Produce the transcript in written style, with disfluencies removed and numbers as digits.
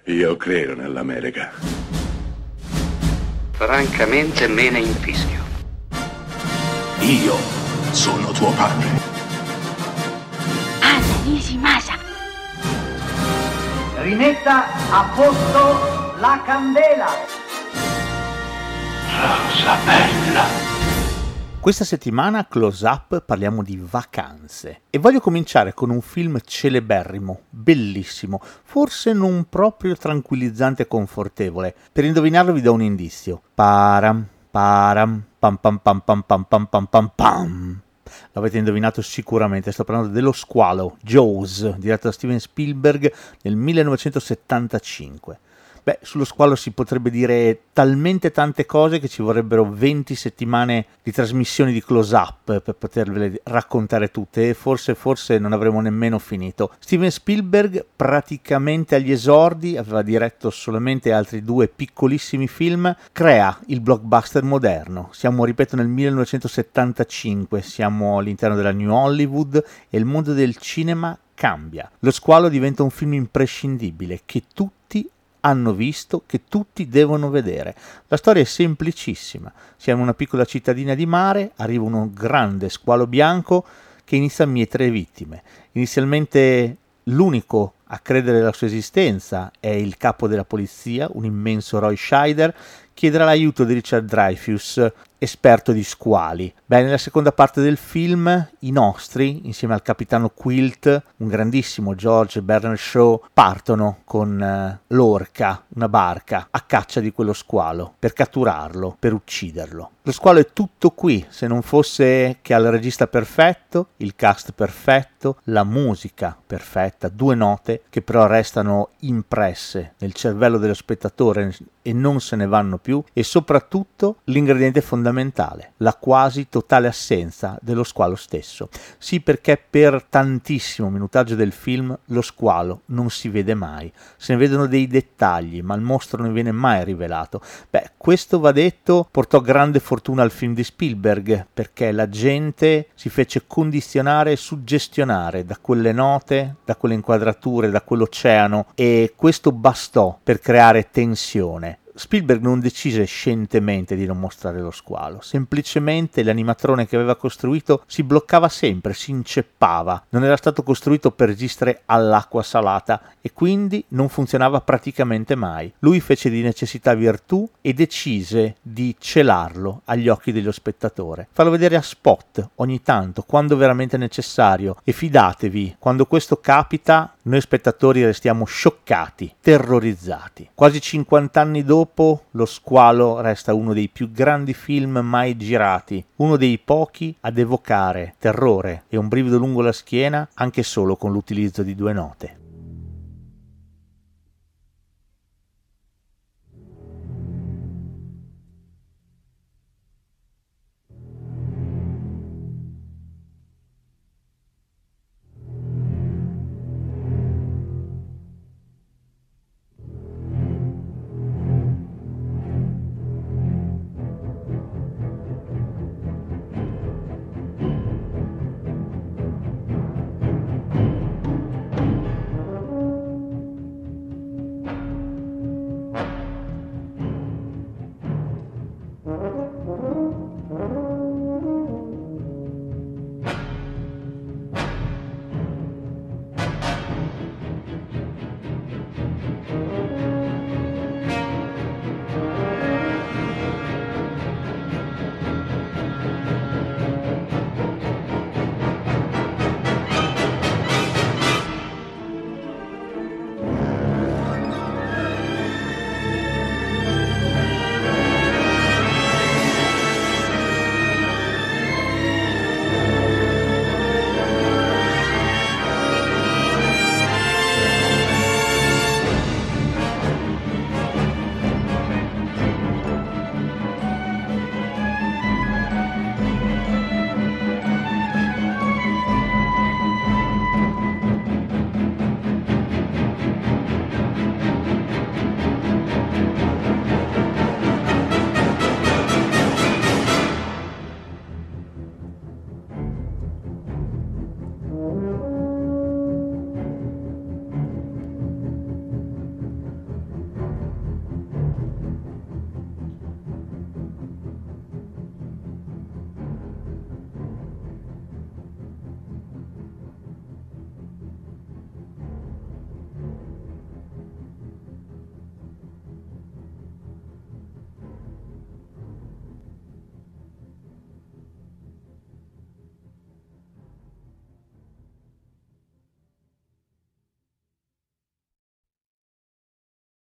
Io credo nell'America. Francamente me ne infischio. Io sono tuo padre. Anna Nishimasa. Rimetta a posto la candela. Rosa bella. Questa settimana a Close Up parliamo di vacanze e voglio cominciare con un film celeberrimo, bellissimo, forse non proprio tranquillizzante e confortevole. Per indovinarlo vi do un indizio. Param, param, pam pam pam pam pam pam pam pam pam. L'avete indovinato sicuramente, sto parlando dello squalo, Jaws, diretto da Steven Spielberg nel 1975. Beh, sullo squalo si potrebbe dire talmente tante cose che ci vorrebbero 20 settimane di trasmissioni di close-up per potervele raccontare tutte e forse non avremo nemmeno finito. Steven Spielberg praticamente agli esordi, aveva diretto solamente altri 2 piccolissimi film, crea il blockbuster moderno. Siamo, ripeto, nel 1975, siamo all'interno della New Hollywood e il mondo del cinema cambia. Lo squalo diventa un film imprescindibile che tutti hanno visto, che tutti devono vedere. La storia è semplicissima. Siamo in una piccola cittadina di mare, arriva uno grande squalo bianco che inizia a mietere vittime. Inizialmente l'unico a credere alla sua esistenza è il capo della polizia, un immenso Roy Scheider, chiederà l'aiuto di Richard Dreyfuss, esperto di squali. Beh, nella seconda parte del film i nostri, insieme al capitano Quilt, un grandissimo George Bernard Shaw, partono con l'orca, una barca, a caccia di quello squalo, per catturarlo, per ucciderlo. Lo squalo è tutto qui, se non fosse che ha il regista perfetto, il cast perfetto, la musica perfetta, 2 note che però restano impresse nel cervello dello spettatore e non se ne vanno più, e soprattutto l'ingrediente fondamentale, la quasi totale assenza dello squalo stesso. Sì, perché per tantissimo minutaggio del film lo squalo non si vede mai, se ne vedono dei dettagli, ma il mostro non viene mai rivelato. Beh, questo va detto, portò grande fortuna al film di Spielberg, perché la gente si fece condizionare e suggestionare da quelle note, da quelle inquadrature, da quell'oceano, e questo bastò per creare tensione. Spielberg non decise scientemente di non mostrare lo squalo, semplicemente l'animatrone che aveva costruito si bloccava sempre, si inceppava, non era stato costruito per resistere all'acqua salata e quindi non funzionava praticamente mai. Lui fece di necessità virtù e decise di celarlo agli occhi dello spettatore, farlo vedere a spot ogni tanto, quando veramente necessario, e fidatevi, quando questo capita noi spettatori restiamo scioccati, terrorizzati. Quasi 50 anni dopo Lo squalo resta uno dei più grandi film mai girati, uno dei pochi ad evocare terrore e un brivido lungo la schiena anche solo con l'utilizzo di 2 note.